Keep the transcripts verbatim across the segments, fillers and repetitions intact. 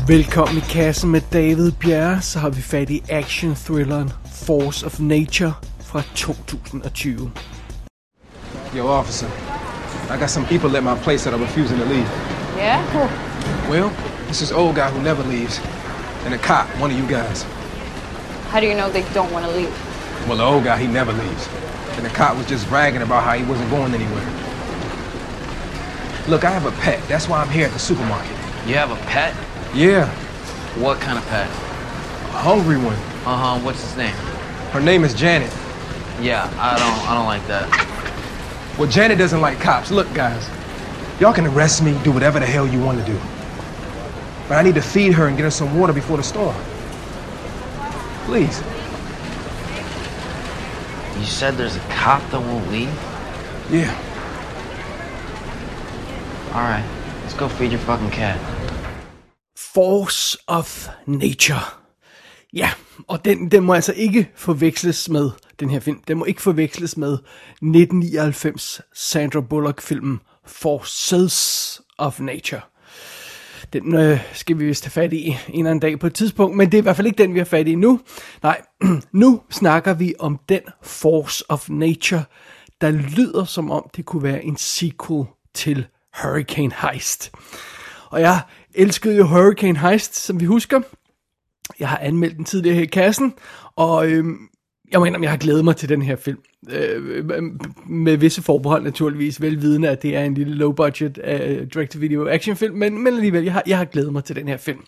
Velkommen i kassen med David Bjerre, så har vi fat i action-thrilleren Force of Nature fra to tusind og tyve. Yo, officer, I got some people at my place that are refusing to leave. Yeah? Cool. Well, it's this old guy who never leaves, and a cop, one of you guys. How do you know they don't want to leave? Well, the old guy, he never leaves. And the cop was just bragging about how he wasn't going anywhere. Look, I have a pet. That's why I'm here at the supermarket. You have a pet? Yeah. What kind of pet? A hungry one. Uh-huh, what's his name? Her name is Janet. Yeah, I don't I don't like that. Well, Janet doesn't like cops. Look, guys, y'all can arrest me, do whatever the hell you want to do. But I need to feed her and get her some water before the storm. Please. You said there's a cop that won't leave? Yeah. All right, let's go feed your fucking cat. Force of Nature. Ja, og den, den må altså ikke forveksles med, den her film, den må ikke forveksles med nitten nioghalvfems Sandra Bullock-filmen Forces of Nature. Den øh, skal vi vist have fat i en eller anden dag på et tidspunkt, men det er i hvert fald ikke den, vi har fat i nu. Nej, nu snakker vi om den Force of Nature, der lyder som om det kunne være en sequel til Hurricane Heist. Og jeg elskede jo Hurricane Heist, som vi husker. Jeg har anmeldt den tidligere her i kassen, og øhm, jeg mener, jeg har glædet mig til den her film. Øh, med visse forbehold naturligvis, velvidende, at det er en lille low-budget uh, direct-to-video actionfilm, men, men alligevel, jeg har, jeg har glædet mig til den her film.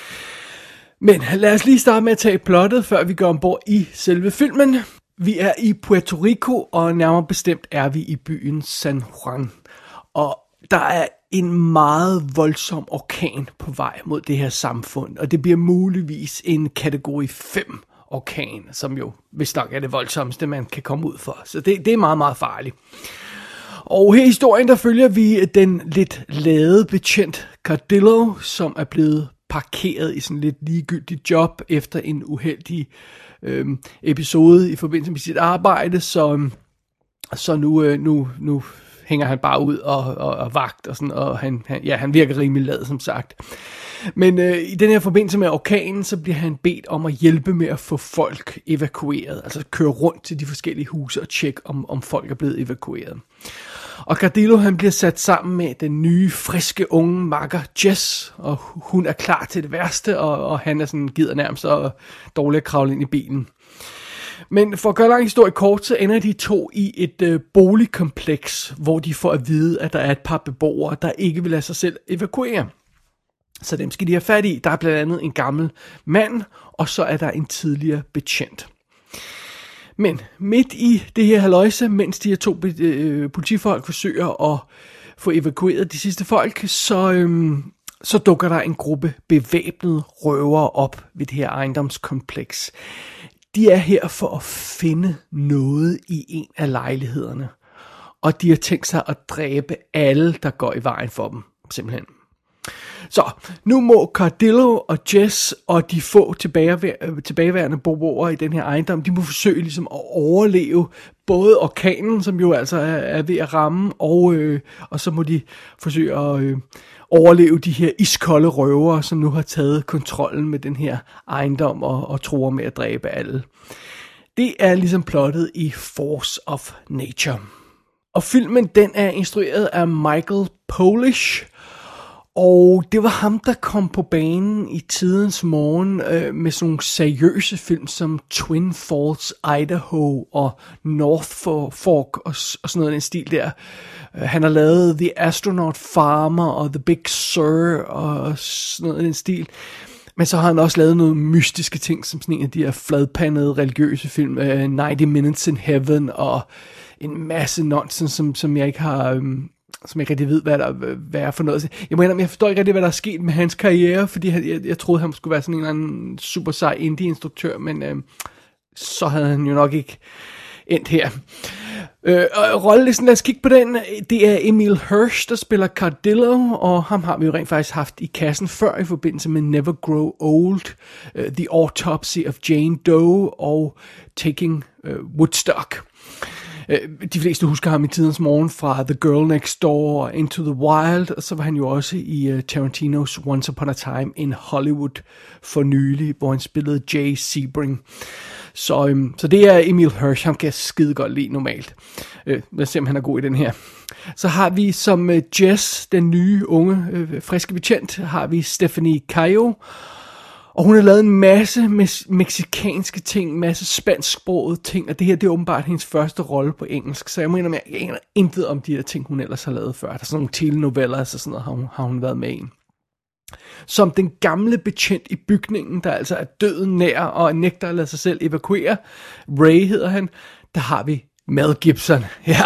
Men lad os lige starte med at tage plottet, før vi går ombord i selve filmen. Vi er i Puerto Rico, og nærmere bestemt er vi i byen San Juan. Og der er en meget voldsom orkan på vej mod det her samfund, og det bliver muligvis en kategori fem orkan, som jo vist nok er det voldsomste, man kan komme ud for. Så det, det er meget, meget farligt. Og her i historien, der følger vi den lidt lade betjent Cardillo, som er blevet parkeret i sådan lidt ligegyldigt job efter en uheldig øh, episode i forbindelse med sit arbejde, så, så nu, øh, nu, nu hænger han bare ud og, og, og vagt, og, sådan, og han, han, ja, han virker rimelig lad, som sagt. Men øh, i den her forbindelse med orkanen, så bliver han bedt om at hjælpe med at få folk evakueret, altså køre rundt til de forskellige huse og tjekke, om, om folk er blevet evakueret. Og Cardillo, han bliver sat sammen med den nye, friske, unge makker Jess, og hun er klar til det værste, og, og han er sådan, gider nærmest og dårligt at kravle ind i bilen. Men for at gøre lang historie kort, så ender de to i et øh, boligkompleks, hvor de får at vide, at der er et par beboere, der ikke vil lade sig selv evakuere. Så dem skal de have fat i. Der er blandt andet en gammel mand, og så er der en tidligere betjent. Men midt i det her halløjse, mens de her to øh, politifolk forsøger at få evakueret de sidste folk, så, øh, så dukker der en gruppe bevæbnede røvere op ved det her ejendomskompleks. De er her for at finde noget i en af lejlighederne, og de har tænkt sig at dræbe alle, der går i vejen for dem, simpelthen. Så nu må Cardillo og Jess og de få tilbagevær- tilbageværende beboere i den her ejendom, de må forsøge ligesom at overleve både orkanen, som jo altså er, er ved at ramme, og, øh, og så må de forsøge at øh, overleve de her iskolde røvere, som nu har taget kontrollen med den her ejendom og, og tror med at dræbe alle. Det er ligesom plottet i Force of Nature. Og filmen, den er instrueret af Michael Polish, og det var ham, der kom på banen i tidens morgen øh, med sådan nogle seriøse film som Twin Falls, Idaho og North Fork og, og sådan noget i den stil der. Uh, han har lavet The Astronaut Farmer og The Big Sur og sådan noget i den stil. Men så har han også lavet nogle mystiske ting, som sådan en af de her fladpandede religiøse film, uh, ninety Minutes in Heaven og en masse nonsens, som, som jeg ikke har... Um, som jeg ikke rigtig ved, hvad der hvad er for noget. Jeg må indrømme, jeg forstår ikke rigtig, hvad der er sket med hans karriere, fordi han, jeg, jeg troede, han skulle være sådan en eller anden super sej indie-instruktør, men øh, så havde han jo nok ikke endt her. Øh, og rollelisten, lad os kigge på den. Det er Emil Hirsch, der spiller Cardillo, og ham har vi jo rent faktisk haft i kassen før i forbindelse med Never Grow Old, uh, The Autopsy of Jane Doe og Taking uh, Woodstock. De fleste husker ham i tidens morgen fra The Girl Next Door og Into the Wild, og så var han jo også i Tarantinos Once Upon a Time in Hollywood for nylig, hvor han spillede Jay Sebring. Så, øhm, så det er Emile Hirsch, ham kan jeg skide godt lide normalt. Øh, lad os se, om han er god i den her. Så har vi som øh, Jess, den nye, unge, øh, friske betjent, har vi Stephanie Cayo. Og hun har lavet en masse me- mexikanske ting, en masse spansksprogede ting, og det her det er åbenbart hendes første rolle på engelsk, så jeg mener, jeg aner intet om de her ting, hun ellers har lavet før. Der er sådan nogle telenoveller, og sådan noget har hun, har hun været med i. Som den gamle betjent i bygningen, der altså er døden nær og nægter at lade sig selv evakuere, Ray hedder han, der har vi Mel Gibson. Ja,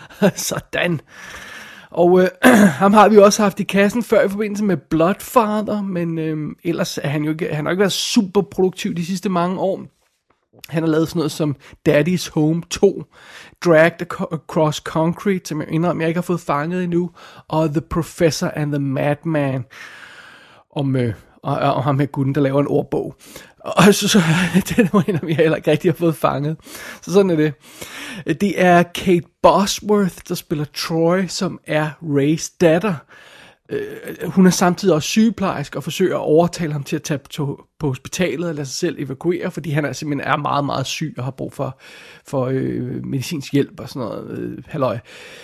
sådan. Og øh, ham har vi også haft i kassen før i forbindelse med Bloodfather, men øh, ellers er han jo ikke, han har ikke været super produktiv de sidste mange år. Han har lavet sådan noget som Daddy's Home to, Dragged Across Concrete, som jeg indrømmer, jeg ikke har fået fanget endnu, og The Professor and the Madman, om, øh, og, og ham her gutten, der laver en ordbog. Og så, så det er noget, jeg heller ikke rigtig har fået fanget. Så sådan er det. Det er Kate Bosworth, der spiller Troy, som er Rays datter. Hun er samtidig også sygeplejerske og forsøger at overtale ham til at tage på, på hospitalet og lade sig selv evakuere, fordi han er simpelthen er meget, meget syg og har brug for, for øh, medicinsk hjælp og sådan noget. Øh, halløj.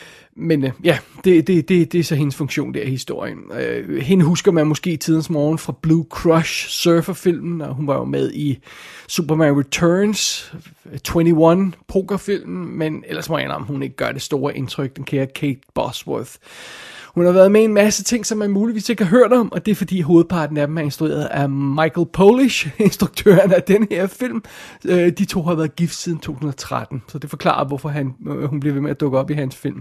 Men øh, ja, det, det, det, det er så hendes funktion der i historien. Øh, hende husker man måske i tidens morgen fra Blue Crush, surferfilmen, og hun var jo med i Superman Returns, enogtyve pokerfilmen, men ellers må jeg indrømme, hun ikke gør det store indtryk, den kære Kate Bosworth. Hun har været med i en masse ting, som man muligvis ikke har hørt om, og det er fordi hovedparten af dem er instrueret af Michael Polish, instruktøren af den her film. De to har været gift siden to tusind og tretten, så det forklarer, hvorfor han, hun bliver ved med at dukke op i hans film.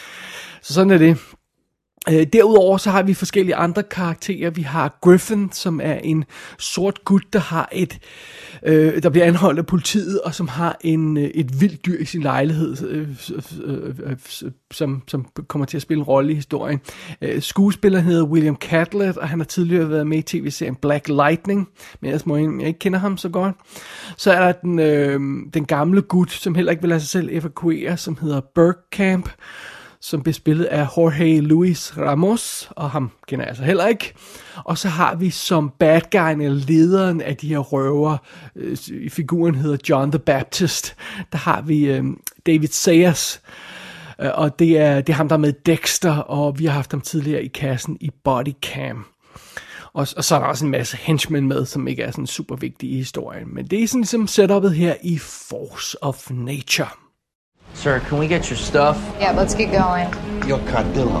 Så sådan er det. Derudover så har vi forskellige andre karakterer. Vi har Griffin, som er en sort gut, der har et, øh, der bliver anholdt af politiet, og som har en, et vildt dyr i sin lejlighed, øh, øh, øh, som, som kommer til at spille en rolle i historien. Øh, skuespilleren hedder William Catlett, og han har tidligere været med i tv-serien Black Lightning, men ellers må jeg, jeg ikke kender ham så godt. Så er der den, øh, den gamle gut, som heller ikke vil lade sig selv evakuere, som hedder Bergkamp, som bliver spillet af Jorge Luis Ramos, og ham kender jeg altså heller ikke. Og så har vi som bad guyen, eller lederen af de her røver, øh, figuren hedder John the Baptist, der har vi øh, David Sayers, øh, og det er, det er ham, der er med Dexter, og vi har haft ham tidligere i kassen i Body Cam. Og, og så er der også en masse henchmen med, som ikke er sådan super vigtige i historien. Men det er sådan ligesom setupet her i Force of Nature. Sir, can we get your stuff? Yeah, let's get going. You're Cardillo.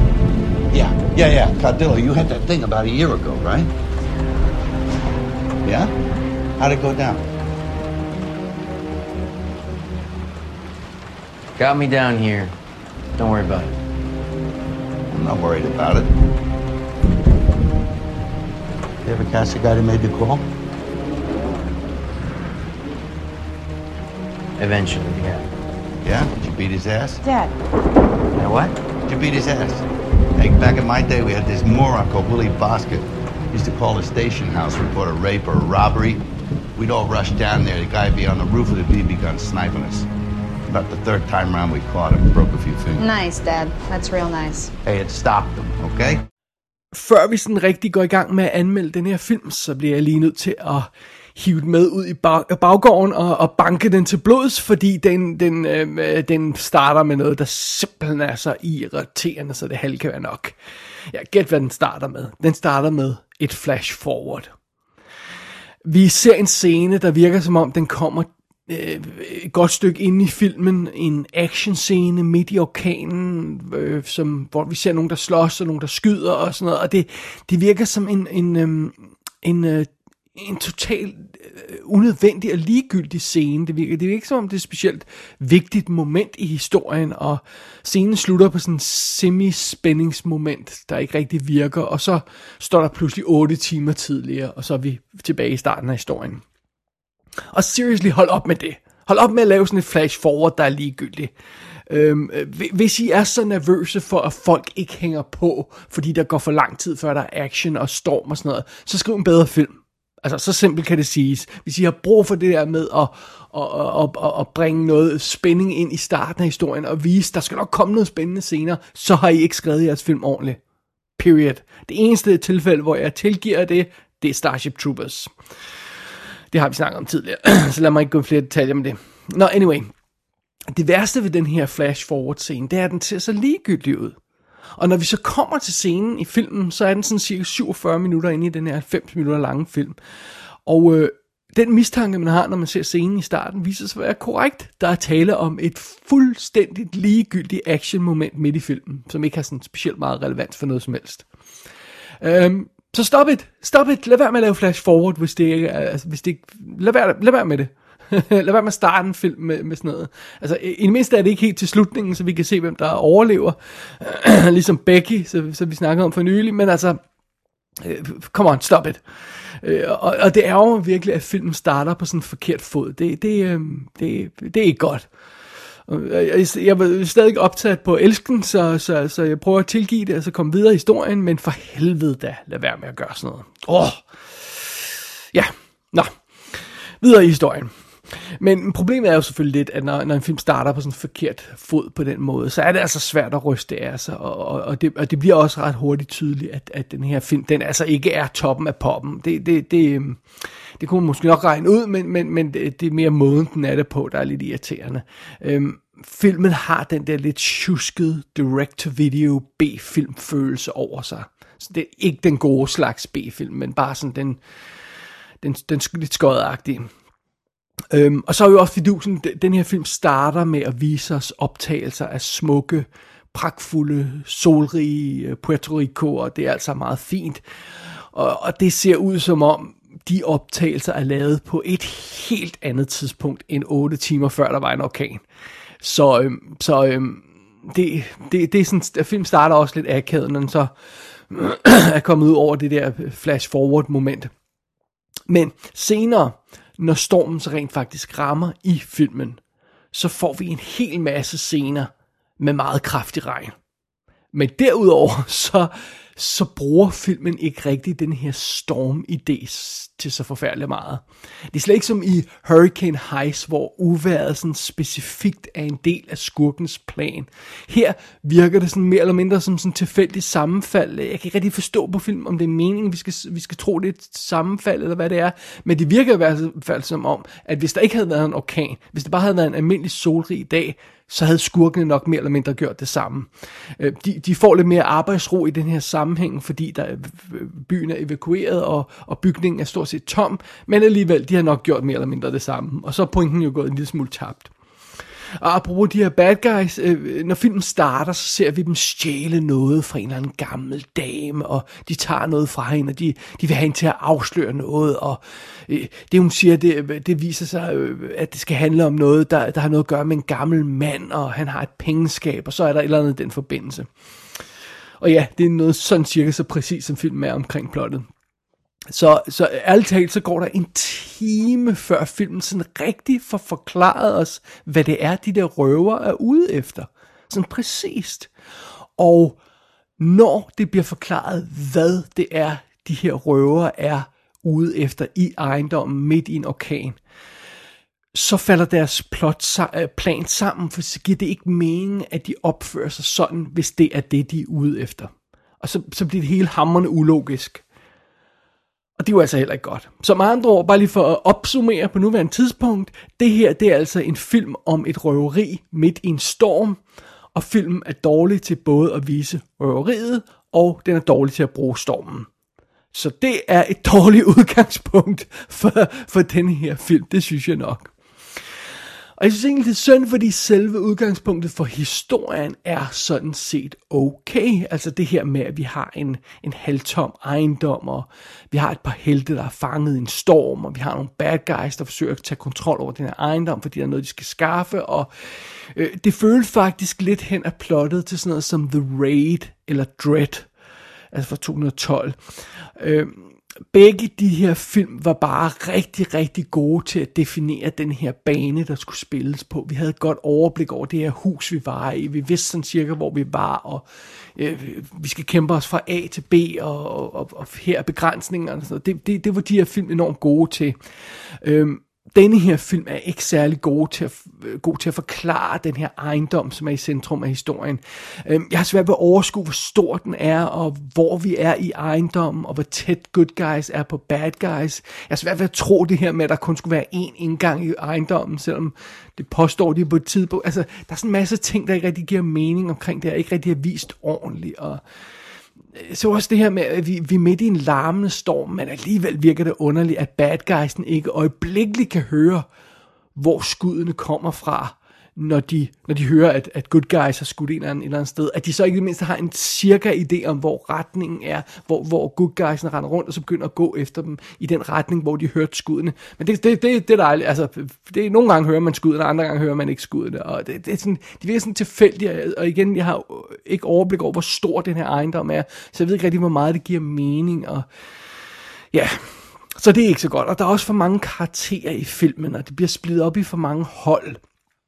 Yeah, yeah, yeah, Cardillo. You had that thing about a year ago, right? Yeah? How'd it go down? Got me down here. Don't worry about it. I'm not worried about it. You ever catch the guy that made the call? Eventually, yeah. Yeah? Did you beat his ass? Dad. Now what? Did you beat his ass? Hey, back in my day, we had this moron called Willie Bosket. He used to call the station house, report a rape or a robbery. We'd all rush down there. The guy would be on the roof of the B B gun sniping us. About the third time around we caught him, broke a few fingers. Nice, Dad. That's real nice. Hey, it stopped them, okay? Før vi sådan rigtig går i gang med at anmelde den her film, så bliver jeg lige nødt til at hive den med ud i bag- baggården og, og banke den til blods, fordi den, den, øh, den starter med noget, der simpelthen er så irriterende, så det halv kan være nok. Ja, gæt hvad den starter med. Den starter med et flash forward. Vi ser en scene, der virker som om den kommer øh, et godt stykke inde i filmen. En actionscene midt i orkanen, øh, som, hvor vi ser nogen, der slås og nogen, der skyder og sådan noget. Og det, det virker som en... en, øh, en øh, en totalt øh, unødvendig og ligegyldig scene. Det virker, det virker ikke som om det er et specielt vigtigt moment i historien, og scenen slutter på sådan en semi-spændingsmoment, der ikke rigtig virker, og så står der pludselig otte timer tidligere, og så er vi tilbage i starten af historien. Og seriously, hold op med det. Hold op med at lave sådan et flash forward, der er ligegyldigt. Øhm, hvis I er så nervøse for, at folk ikke hænger på, fordi der går for lang tid, før der er action og storm og sådan noget, så skriv en bedre film. Altså, så simpelt kan det siges. Hvis I har brug for det der med at, at, at, at, at bringe noget spænding ind i starten af historien, og vise, der skal nok komme noget spændende senere, så har I ikke skrevet jeres film ordentligt. Period. Det eneste tilfælde, hvor jeg tilgiver det, det er Starship Troopers. Det har vi snakket om tidligere, så lad mig ikke gå flere detaljer med det. Nå, anyway. Det værste ved den her flash-forward-scene, det er, at den ser så ligegyldig ud. Og når vi så kommer til scenen i filmen, så er den sådan cirka syvogfyrre minutter inde i den her halvfems minutter lange film. Og øh, den mistanke, man har, når man ser scenen i starten, viser sig at være korrekt. Der er tale om et fuldstændigt ligegyldigt action-moment midt i filmen, som ikke har sådan specielt meget relevans for noget som helst. Øhm, så stop it, stop it, lad være med at lave flash-forward, hvis det ikke er, altså, hvis det ikke, lad være, lad være med det. Lad være med at starte en film med, med sådan noget. Altså, i det mindste er det ikke helt til slutningen, så vi kan se, hvem der overlever. Ligesom Becky, så, så vi snakkede om for nylig. Men altså, come on, stop it. Og, og det er jo virkelig, at filmen starter på sådan en forkert fod. Det, det, det, det er ikke godt. Jeg, jeg var stadig optaget på elsken, så, så, så jeg prøver at tilgive det, og så komme videre i historien. Men for helvede da, lad være med at gøre sådan noget. Åh, oh. Ja, nå. Videre i historien. Men problemet er jo selvfølgelig lidt, at når, når en film starter på sådan en forkert fod på den måde, så er det altså svært at ryste af sig, og, og, og, det, og det bliver også ret hurtigt tydeligt, at, at den her film, den altså ikke er toppen af poppen. Det, det, det, det kunne man måske nok regne ud, men, men, men det, det er mere måden, den er det på, der er lidt irriterende. Øhm, filmen har den der lidt tjuskede direct-to-video B-film-følelse over sig. Så det er ikke den gode slags B-film, men bare sådan den... Den, den lidt skødagtige. Øhm, og så er jo også fidusen, den her film starter med at vise os optagelser af smukke, pragtfulde, solrige Puerto Rico, og det er altså meget fint. Og, og det ser ud som om, de optagelser er lavet på et helt andet tidspunkt end otte timer før der var en orkan. Så, øhm, så øhm, det, det, det er sådan, at film starter også lidt akavet, når den så er kommet ud over det der flash-forward moment. Men senere, når stormen så rent faktisk rammer i filmen, så får vi en hel masse scener med meget kraftig regn. Men derudover, så, så bruger filmen ikke rigtig den her storm-idé til så forfærdeligt meget. Det er slet ikke som i Hurricane Heist, hvor uværet sådan specifikt er en del af skurkens plan. Her virker det sådan mere eller mindre som sådan tilfældigt sammenfald. Jeg kan ikke rigtig forstå på film, om det er meningen, vi skal, vi skal tro, det er et sammenfald, eller hvad det er. Men det virker i hvert fald som om, at hvis der ikke havde været en orkan, hvis det bare havde været en almindelig solrig dag, så havde skurkene nok mere eller mindre gjort det samme. De, de får lidt mere arbejdsro i den her sammenhæng, fordi der, byen er evakueret, og, og bygningen er stort set tom, men alligevel, de har nok gjort mere eller mindre det samme. Og så er pointen jo gået en lille smule tabt. Og apropos de her bad guys, øh, når filmen starter, så ser vi dem stjæle noget fra en eller anden gammel dame, og de tager noget fra hende, og de, de vil have hende til at afsløre noget, og øh, det hun siger, det, det viser sig, øh, at det skal handle om noget, der, der har noget at gøre med en gammel mand, og han har et pengeskab, og så er der et eller andet i den forbindelse. Og ja, det er noget sådan cirka så præcis, som filmen er omkring plottet. Så, så ærligt talt, så går der en time før filmen sådan rigtig får forklaret os, hvad det er, de der røver er ude efter. Sådan præcist. Og når det bliver forklaret, hvad det er, de her røver er ude efter i ejendommen midt i en orkan, så falder deres plot, plan sammen, for så giver det ikke mening, at de opfører sig sådan, hvis det er det, de er ude efter. Og så, så bliver det hele hamrende ulogisk. Og det er jo altså heller ikke godt. Så med andre ord, bare lige for at opsummere på nuværende tidspunkt, det her, det er altså en film om et røveri midt i en storm, og filmen er dårlig til både at vise røveriet, og den er dårlig til at bruge stormen. Så det er et dårligt udgangspunkt for, for denne her film, det synes jeg nok. Og jeg synes egentlig, det er synd, fordi selve udgangspunktet for historien er sådan set okay. Altså det her med, at vi har en, en halvtom ejendom, og vi har et par helte, der er fanget i en storm, og vi har nogle bad guys, der forsøger at tage kontrol over den her ejendom, fordi der er noget, de skal skaffe. Og øh, det føles faktisk lidt hen af plottet til sådan noget som The Raid eller Dread, altså fra to tusind og tolv. Øh, begge de her film var bare rigtig, rigtig gode til at definere den her bane, der skulle spilles på. Vi havde et godt overblik over det her hus, vi var i. Vi vidste sådan cirka, hvor vi var, og øh, vi skal kæmpe os fra A til B, og, og, og her er begrænsningerne. Og sådan noget. Det, det, det var de her film enormt gode til. Øhm, Denne her film er ikke særlig god til, at, god til at forklare den her ejendom, som er i centrum af historien. Jeg har svært ved at overskue, hvor stor den er, og hvor vi er i ejendommen, og hvor tæt good guys er på bad guys. Jeg har svært ved at tro det her med, at der kun skulle være én indgang i ejendommen, selvom det påstår de på et tidspunkt. Altså, der er sådan en masse ting, der ikke rigtig giver mening omkring det, og ikke rigtig er vist ordentligt, og så også det her med, at vi, vi er midt i en larmende storm, men alligevel virker det underligt, at bad guysen ikke øjeblikkeligt kan høre, hvor skuddene kommer fra, når de, når de hører, at, at good guys har skudt en eller anden, et eller andet sted. At de så ikke det mindste har en cirka idé om, hvor retningen er, hvor, hvor good guysene render rundt, og så begynder at gå efter dem i den retning, hvor de hørte skuddene. Men det, det, det, det er dejligt. Altså, det, nogle gange hører man skuddene, og andre gange hører man ikke skuddene. Og det, det er sådan, det virker sådan tilfældigt, og igen, jeg har ikke overblik over, hvor stor den her ejendom er, så jeg ved ikke rigtig, hvor meget det giver mening, og ja... Så det er ikke så godt, og der er også for mange karakterer i filmen, og det bliver splittet op i for mange hold.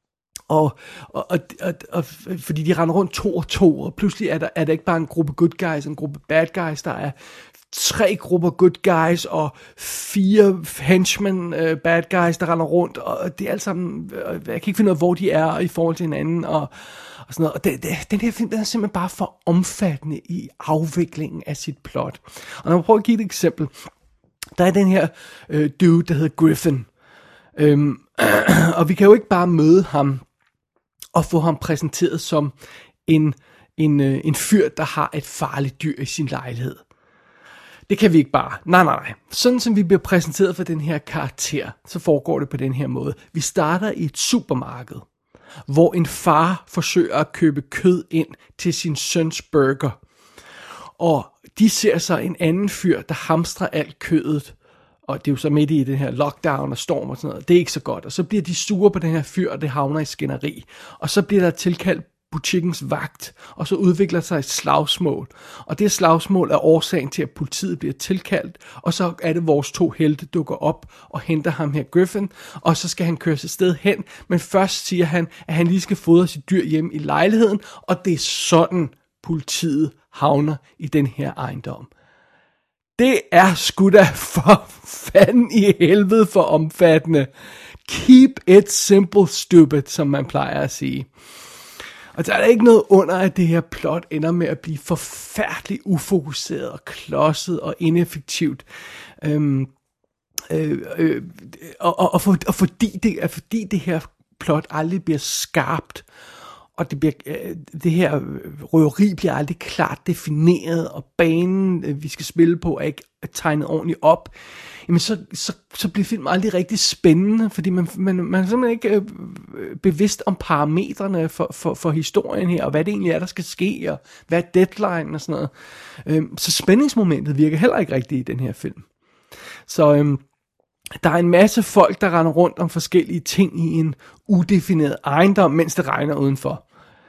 Og, og, og, og, og fordi de render rundt to og to, og pludselig er der, er der ikke bare en gruppe good guys, en gruppe bad guys, der er tre grupper good guys, og fire henchmen uh, bad guys, der render rundt, og det er alt sammen, uh, jeg kan ikke finde ud af, hvor de er i forhold til hinanden, og, og sådan noget. Og det, det, den her film, den er simpelthen bare for omfattende i afviklingen af sit plot. Og når man prøver at give et eksempel, der er den her øh, dude, der hedder Griffin. Øhm, og vi kan jo ikke bare møde ham og få ham præsenteret som en, en, øh, en fyr, der har et farligt dyr i sin lejlighed. Det kan vi ikke bare. Nej, nej, nej. Sådan som vi bliver præsenteret for den her karakter, så foregår det på den her måde. Vi starter i et supermarked, hvor en far forsøger at købe kød ind til sin søns burger. Og de ser så en anden fyr, der hamstrer alt kødet, og det er jo så midt i den her lockdown og storm og sådan noget. Det er ikke så godt, og så bliver de sure på den her fyr, og det havner i skænderi. Og så bliver der tilkaldt butikkens vagt, og så udvikler sig et slagsmål. Og det slagsmål er årsagen til, at politiet bliver tilkaldt, og så er det, vores to helte dukker op og henter ham her Griffin, og så skal han køres et sted hen, men først siger han, at han lige skal fodre sit dyr hjem i lejligheden, og det er sådan, politiet havner i den her ejendom. Det er sgu da for fanden i helvede for omfattende. Keep it simple, stupid, som man plejer at sige. Og der er ikke noget under, at det her plot ender med at blive forfærdeligt ufokuseret og klodset og ineffektivt. Øhm, øh, øh, og, og, og, for, og fordi, det, fordi det her plot aldrig bliver skarpt, og det, bliver, det her røveri bliver aldrig klart defineret, og banen, vi skal spille på, er ikke tegnet ordentligt op, jamen så, så, så bliver filmen aldrig rigtig spændende, fordi man, man, man er simpelthen ikke bevidst om parametrene for, for, for historien her, og hvad det egentlig er, der skal ske, og hvad er deadline og sådan noget. Så spændingsmomentet virker heller ikke rigtigt i den her film. Så øhm, der er en masse folk, der render rundt om forskellige ting i en udefineret ejendom, mens det regner udenfor.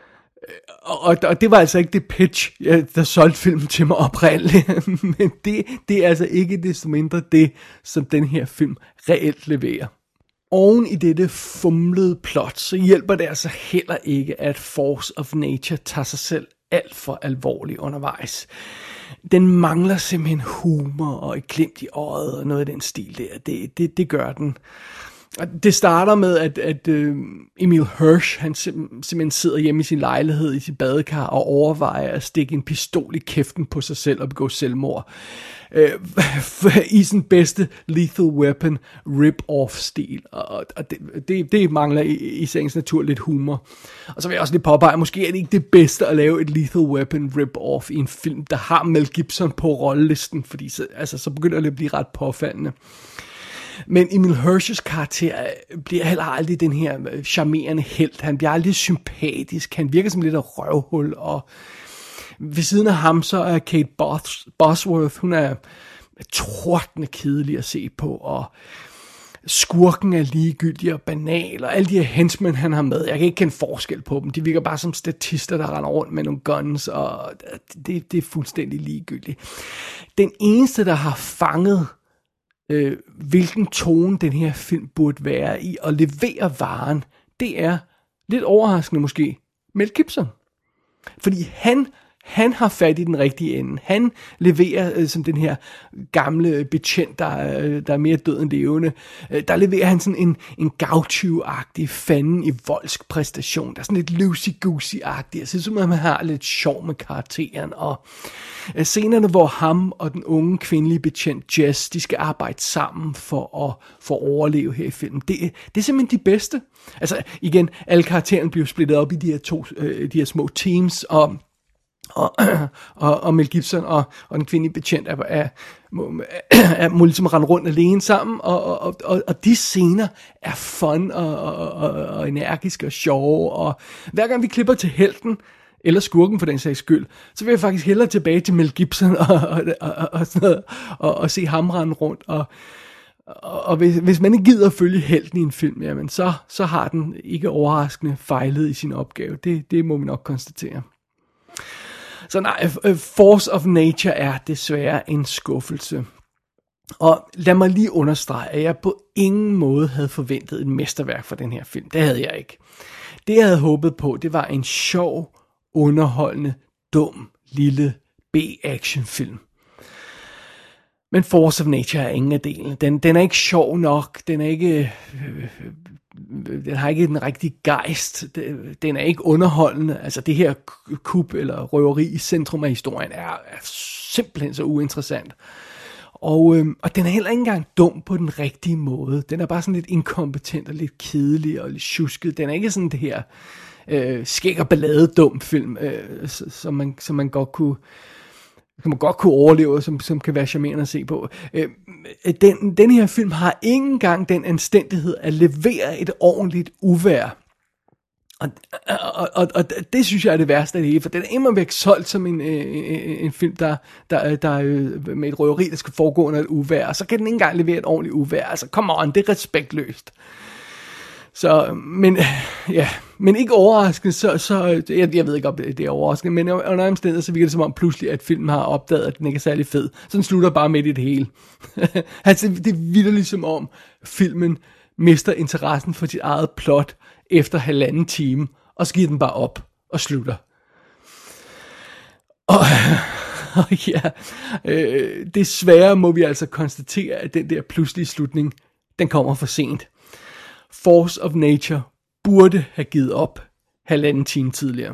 Og, og det var altså ikke det pitch, der solgte filmen til mig oprindeligt, men det, det er altså ikke desto mindre det, som den her film reelt leverer. Oven i dette fumlede plot, så hjælper det altså heller ikke, at Force of Nature tager sig selv alt for alvorligt undervejs. Den mangler simpelthen humor og et glimt i øjet og noget af den stil der. Det, det, det gør den. Det starter med, at, at uh, Emil Hirsch, han sim- simpelthen sidder hjemme i sin lejlighed i sit badekar og overvejer at stikke en pistol i kæften på sig selv og begå selvmord. Uh, I sin bedste Lethal Weapon rip-off-stil. Og, og det, det, det mangler i, i sagens natur lidt humor. Og så vil jeg også lige påpege, at måske er det ikke det bedste at lave et Lethal Weapon rip-off i en film, der har Mel Gibson på rollelisten, fordi så, altså, så begynder det at blive ret påfaldende. Men Emil Hirsch's karakter bliver heller aldrig den her charmerende helt. Han bliver aldrig sympatisk. Han virker som lidt af røvhul. Og ved siden af ham, så er Kate Bos- Bosworth, hun er tordende kedelig at se på. Og skurken er ligegyldig og banal, og alle de her henchmen, han har med, jeg kan ikke kende forskel på dem. De virker bare som statister, der render rundt med nogle guns, og det, det er fuldstændig ligegyldigt. Den eneste, der har fanget, øh, hvilken tone den her film burde være i, og levere varen, det er, lidt overraskende måske, Mel Gibson. Fordi han... Han har fat i den rigtige ende. Han leverer øh, som den her gamle betjent, der, øh, der er mere død end levende. Øh, der leverer han sådan en, en gavtyv-agtig, fanden i voldsk præstation. Der er sådan lidt loosey-goosey-agtig. Jeg synes, at man har lidt sjov med karakteren. Og øh, scenerne, hvor ham og den unge kvindelige betjent Jess, de skal arbejde sammen for at, for at overleve her i filmen. Det, det er simpelthen de bedste. Altså igen, alle karaktererne bliver splittet op i de her, to, øh, de her små teams, og Og, og, og Mel Gibson og, og den kvindelige betjent er, er, må, er, må ligesom rende rundt alene sammen, og, og, og, og de scener er fun og, og, og, og energiske og sjove, og hver gang vi klipper til helten, eller skurken for den sags skyld, så vil jeg faktisk hellere tilbage til Mel Gibson og, og, og, og, sådan noget, og, og se ham rende rundt, og, og, og hvis, hvis man ikke gider at følge helten i en film, jamen så, så har den ikke overraskende fejlet i sin opgave, det, det må vi nok konstatere. Så nej, Force of Nature er desværre en skuffelse. Og lad mig lige understrege, at jeg på ingen måde havde forventet et mesterværk for den her film. Det havde jeg ikke. Det jeg havde håbet på, det var en sjov, underholdende, dum, lille B-action-film. Men Force of Nature er ingen af delene. Den, den er ikke sjov nok, den er ikke... Øh, den har ikke den rigtige gejst, den er ikke underholdende, altså det her kup eller røveri i centrum af historien er, er simpelthen så uinteressant, og, øhm, og den er heller ikke engang dum på den rigtige måde, den er bare sådan lidt inkompetent og lidt kedelig og lidt tjusket, den er ikke sådan det her øh, skæg og ballade dum film, øh, som, man, som man godt kunne som man godt kunne overleve, som, som kan være charmerende at se på. Øh, den, den her film har ikke engang den anstændighed at levere et ordentligt uvejr. Og, og, og, og det synes jeg er det værste af det hele, for den er immer væk solgt som en, en, en film, der, der, der med et røveri, der skal foregå under et uvejr, og så kan den ikke engang levere et ordentligt uvejr. Altså, come on, det er respektløst. Så, men, ja, men ikke overraskende, så, så jeg, jeg ved ikke, om det, det er overraskende, men under omstændigheder, så virker det som om pludselig, at filmen har opdaget, at den ikke er særlig fed. Så den slutter bare midt i det hele. Altså, det er vildt som om, filmen mister interessen for sit eget plot efter halvanden time, og så giver den bare op og slutter. Og, og ja, øh, desværre må vi altså konstatere, at den der pludselige slutning, den kommer for sent. Force of Nature burde have givet op halvanden time tidligere.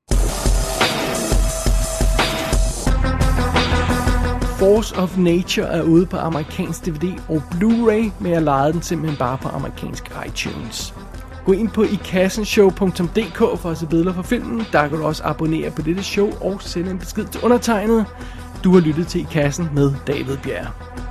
Force of Nature er ude på amerikansk D V D og Blu-ray, men jeg lejede den simpelthen bare på amerikansk iTunes. Gå ind på i kassen show punktum d k for at se billeder fra filmen. Der kan du også abonnere på dette show og sende en besked til undertegnet. Du har lyttet til I Kassen med David Bjerg.